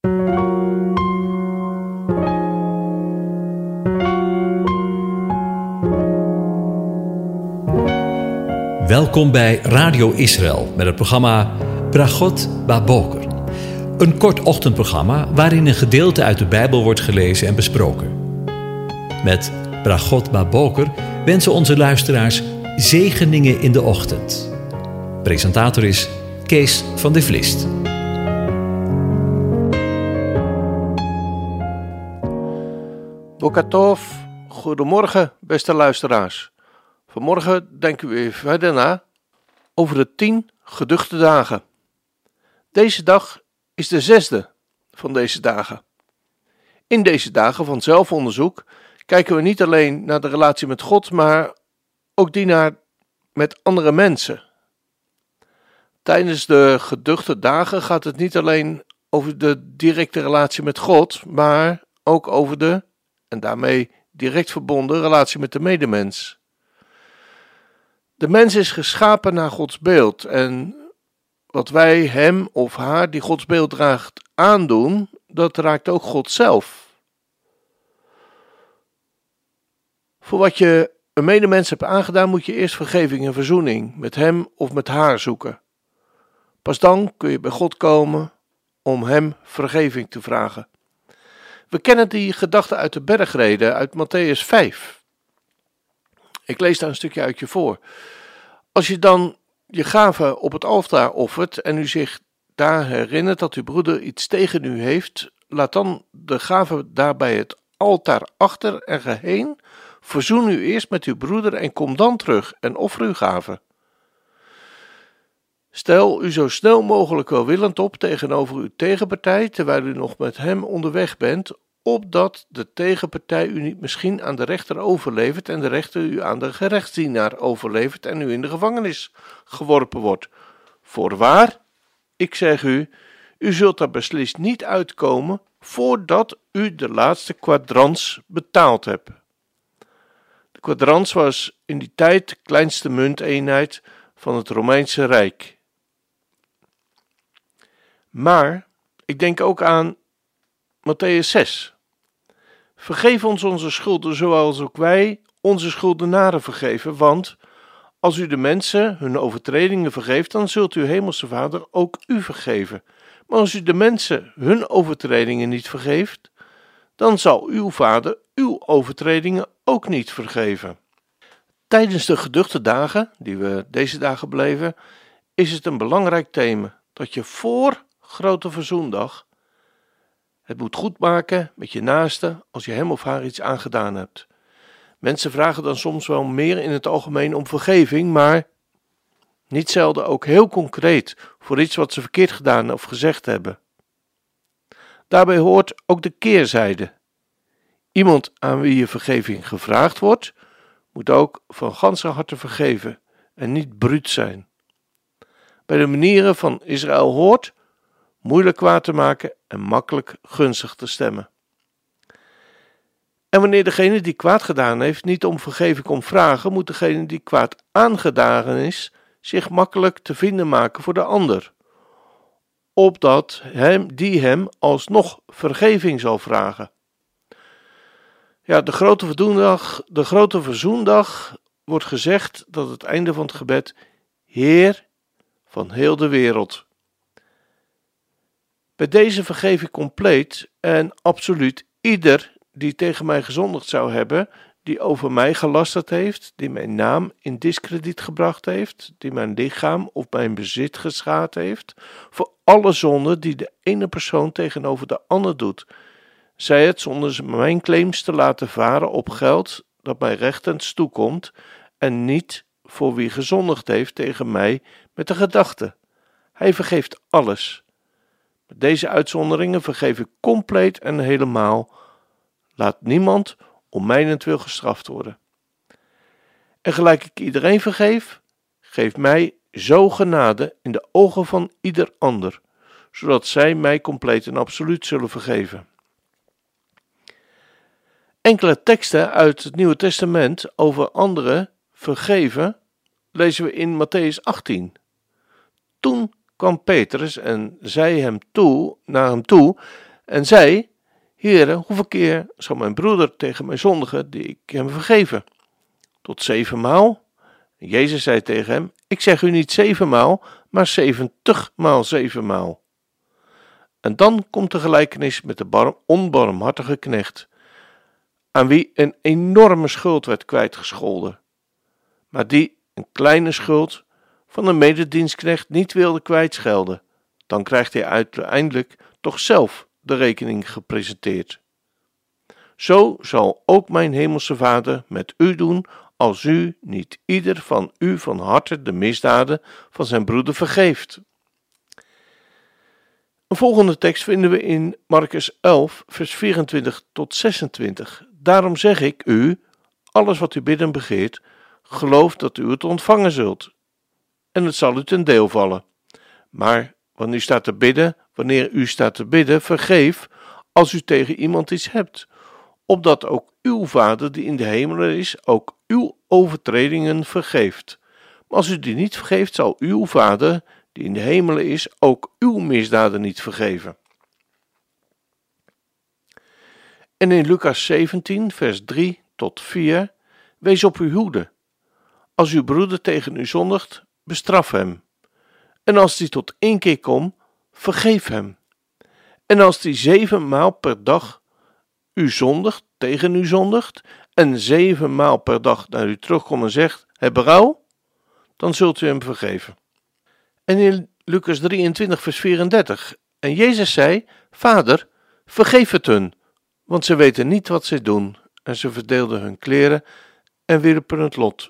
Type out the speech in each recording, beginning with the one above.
Welkom bij Radio Israël met het programma Bragot Baboker. Een kort ochtendprogramma waarin een gedeelte uit de Bijbel wordt gelezen en besproken. Met Bragot Baboker wensen onze luisteraars zegeningen in de ochtend. Presentator is Kees van de Vlist. Boker Tov, goedemorgen beste luisteraars. Vanmorgen denken we weer verder na over de 10 geduchte dagen. Deze dag is de 6e van deze dagen. In deze dagen van zelfonderzoek kijken we niet alleen naar de relatie met God, maar ook die met andere mensen. Tijdens de geduchte dagen gaat het niet alleen over de directe relatie met God, maar ook over de, en daarmee direct verbonden, relatie met de medemens. De mens is geschapen naar Gods beeld en wat wij hem of haar die Gods beeld draagt aandoen, dat raakt ook God zelf. Voor wat je een medemens hebt aangedaan moet je eerst vergeving en verzoening met hem of met haar zoeken. Pas dan kun je bij God komen om hem vergeving te vragen. We kennen die gedachte uit de bergreden uit Mattheüs 5. Ik lees daar een stukje uit je voor. Als je dan je gave op het altaar offert en u zich daar herinnert dat uw broeder iets tegen u heeft, laat dan de gave daar bij het altaar achter en ga heen, verzoen u eerst met uw broeder en kom dan terug en offer uw gave. Stel u zo snel mogelijk welwillend op tegenover uw tegenpartij, terwijl u nog met hem onderweg bent, opdat de tegenpartij u niet misschien aan de rechter overlevert en de rechter u aan de gerechtsdienaar overlevert en u in de gevangenis geworpen wordt. Voorwaar, ik zeg u, u zult daar beslist niet uitkomen voordat u de laatste kwadrans betaald hebt. De kwadrans was in die tijd de kleinste munteenheid van het Romeinse Rijk. Maar ik denk ook aan Mattheüs 6. Vergeef ons onze schulden zoals ook wij onze schuldenaren vergeven, want als u de mensen hun overtredingen vergeeft, dan zult uw hemelse Vader ook u vergeven. Maar als u de mensen hun overtredingen niet vergeeft, dan zal uw Vader uw overtredingen ook niet vergeven. Tijdens de geduchte dagen, die we deze dagen beleven, is het een belangrijk thema dat je voor Grote Verzoendag het moet goedmaken met je naaste als je hem of haar iets aangedaan hebt. Mensen vragen dan soms wel meer in het algemeen om vergeving, maar niet zelden ook heel concreet voor iets wat ze verkeerd gedaan of gezegd hebben. Daarbij hoort ook de keerzijde. Iemand aan wie je vergeving gevraagd wordt, moet ook van ganse harte vergeven en niet bruut zijn. Bij de manieren van Israël hoort moeilijk kwaad te maken en makkelijk gunstig te stemmen. En wanneer degene die kwaad gedaan heeft niet om vergeving komt vragen, moet degene die kwaad aangedaan is zich makkelijk te vinden maken voor de ander, opdat die hem alsnog vergeving zal vragen. Ja, de grote verzoendag wordt gezegd dat het einde van het gebed, Heer van heel de wereld. Bij deze vergeef ik compleet en absoluut ieder die tegen mij gezondigd zou hebben, die over mij gelasterd heeft, die mijn naam in diskrediet gebracht heeft, die mijn lichaam of mijn bezit geschaad heeft, voor alle zonden die de ene persoon tegenover de ander doet, zij het zonder mijn claims te laten varen op geld dat mij rechtens toekomt en niet voor wie gezondigd heeft tegen mij met de gedachte. Hij vergeeft alles. Met deze uitzonderingen vergeef ik compleet en helemaal. Laat niemand om mijnentwil gestraft worden. En gelijk ik iedereen vergeef, geef mij zo genade in de ogen van ieder ander, zodat zij mij compleet en absoluut zullen vergeven. Enkele teksten uit het Nieuwe Testament over anderen vergeven lezen we in Mattheüs 18. Toen kwam Petrus en zei naar hem toe, en zei: Heere, hoeveel keer zal mijn broeder tegen mij zondigen die ik hem vergeven? Tot 7 maal? En Jezus zei tegen hem: Ik zeg u niet 7 maal, maar 70 maal 7 maal. En dan komt de gelijkenis met de onbarmhartige knecht, aan wie een enorme schuld werd kwijtgescholden, maar die een kleine schuld van een mededienstknecht niet wilde kwijtschelden. Dan krijgt hij uiteindelijk toch zelf de rekening gepresenteerd. Zo zal ook mijn hemelse Vader met u doen, als u niet ieder van u van harte de misdaden van zijn broeder vergeeft. Een volgende tekst vinden we in Marcus 11, vers 24 tot 26. Daarom zeg ik u, alles wat u bidden begeert, geloof dat u het ontvangen zult. En het zal u ten deel vallen. Maar wanneer u staat te bidden, vergeef als u tegen iemand iets hebt, opdat ook uw Vader die in de hemelen is, ook uw overtredingen vergeeft. Maar als u die niet vergeeft, zal uw Vader die in de hemelen is, ook uw misdaden niet vergeven. En in Lucas 17, vers 3 tot 4, wees op uw hoede. Als uw broeder tegen u zondigt, bestraf hem. En als die tot 1 keer komt, vergeef hem. En als die 7 maal per dag tegen u zondigt, en 7 maal per dag naar u terugkomt en zegt: heb berouw, dan zult u hem vergeven. En in Lucas 23, vers 34, en Jezus zei: Vader, vergeef het hun, want ze weten niet wat zij doen. En ze verdeelden hun kleren en wierpen het lot.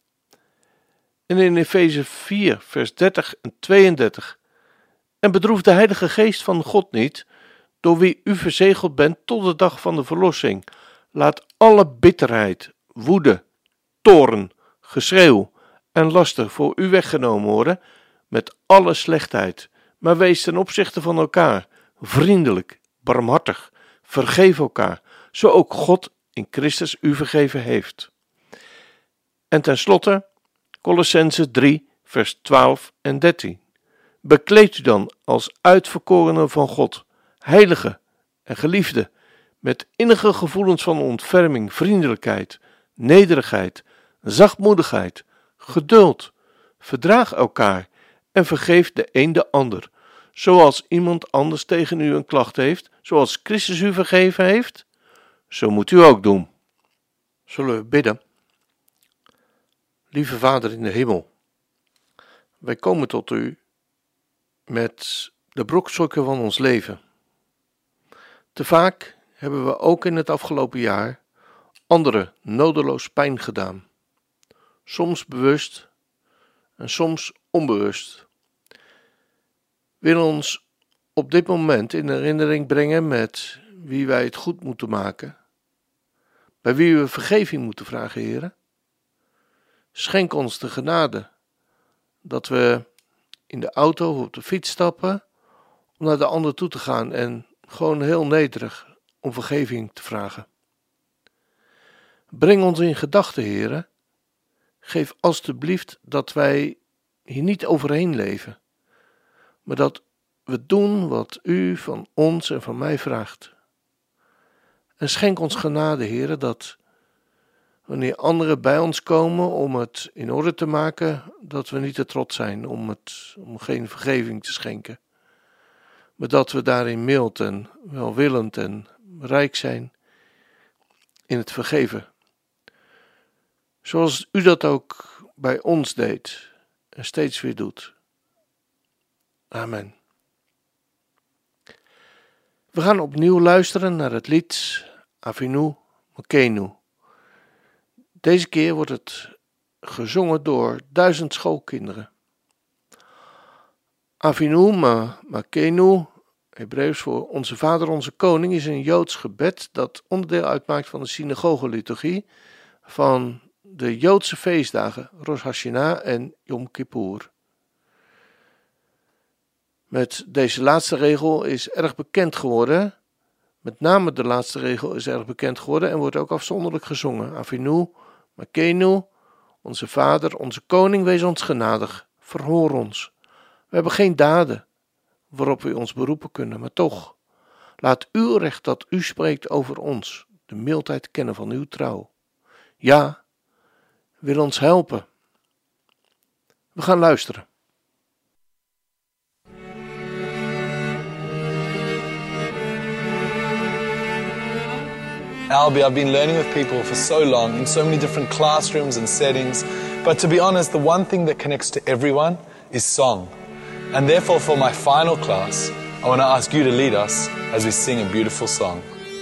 En in Efeze 4, vers 30 en 32, en bedroef de Heilige Geest van God niet, door wie u verzegeld bent tot de dag van de verlossing. Laat alle bitterheid, woede, toorn, geschreeuw en laster voor u weggenomen worden, met alle slechtheid, maar wees ten opzichte van elkaar vriendelijk, barmhartig, vergeef elkaar, zo ook God in Christus u vergeven heeft. En tenslotte Kolossenzen 3, vers 12 en 13. Bekleed u dan als uitverkorenen van God, heilige en geliefde, met innige gevoelens van ontferming, vriendelijkheid, nederigheid, zachtmoedigheid, geduld. Verdraag elkaar en vergeef de een de ander, zoals iemand anders tegen u een klacht heeft, zoals Christus u vergeven heeft, zo moet u ook doen. Zullen we bidden? Lieve Vader in de hemel, wij komen tot u met de brokstukken van ons leven. Te vaak hebben we ook in het afgelopen jaar anderen nodeloos pijn gedaan. Soms bewust en soms onbewust. Wil ons op dit moment in herinnering brengen met wie wij het goed moeten maken, bij wie we vergeving moeten vragen, Heere. Schenk ons de genade dat we in de auto of op de fiets stappen om naar de ander toe te gaan en gewoon heel nederig om vergeving te vragen. Breng ons in gedachten, Heere. Geef alstublieft dat wij hier niet overheen leven, maar dat we doen wat u van ons en van mij vraagt. En schenk ons genade, Heere, dat wanneer anderen bij ons komen om het in orde te maken, dat we niet te trots zijn om geen vergeving te schenken. Maar dat we daarin mild en welwillend en rijk zijn in het vergeven. Zoals u dat ook bij ons deed en steeds weer doet. Amen. We gaan opnieuw luisteren naar het lied Avinu Malkeinu. Deze keer wordt het gezongen door 1000 schoolkinderen. Avinu Malkeinu, Hebreeuws voor Onze Vader, Onze Koning, is een Joods gebed dat onderdeel uitmaakt van de synagogeliturgie van de Joodse feestdagen Rosh Hashanah en Yom Kippur. Met deze laatste regel is erg bekend geworden. Met name de laatste regel is erg bekend geworden en wordt ook afzonderlijk gezongen. Avinu Malkeinu, Onze Vader, Onze Koning, wees ons genadig, verhoor ons. We hebben geen daden waarop we ons beroepen kunnen, maar toch, Laat uw recht dat u spreekt over ons, de mildheid kennen van uw trouw. Ja, wil ons helpen. We gaan luisteren. Albie, I've been learning with people for so long in so many different classrooms and settings. But to be honest, the one thing that connects to everyone is song. And therefore, for my final class, I want to ask you to lead us as we sing a beautiful song.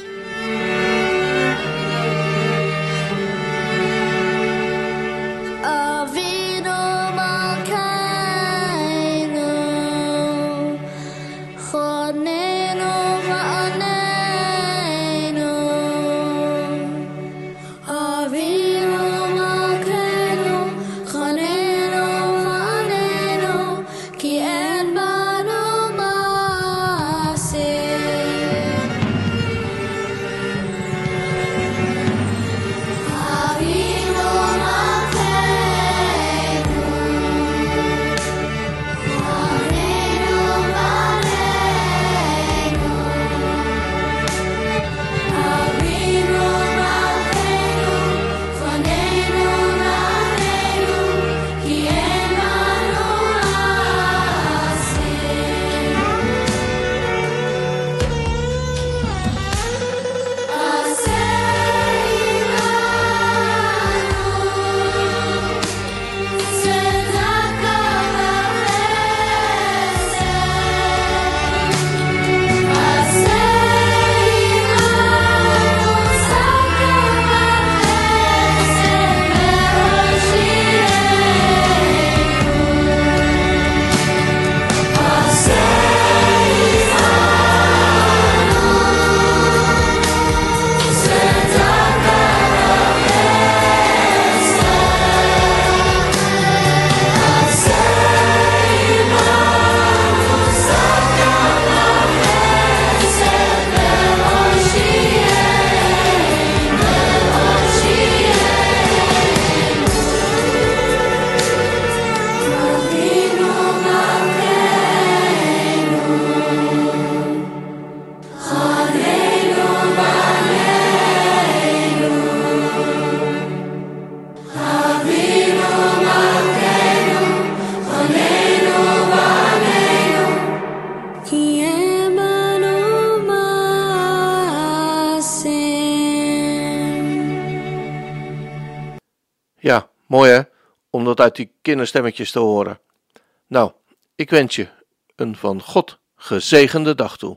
Ja, mooi hè, om dat uit die kinderstemmetjes te horen. Nou, ik wens je een van God gezegende dag toe.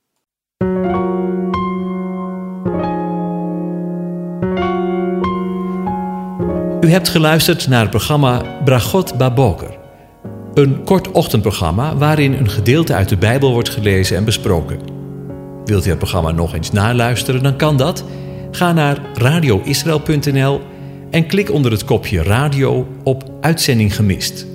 U hebt geluisterd naar het programma Bragot Baboker. Een kort ochtendprogramma waarin een gedeelte uit de Bijbel wordt gelezen en besproken. Wilt u het programma nog eens naluisteren, dan kan dat. Ga naar radioisrael.nl en klik onder het kopje radio op Uitzending gemist.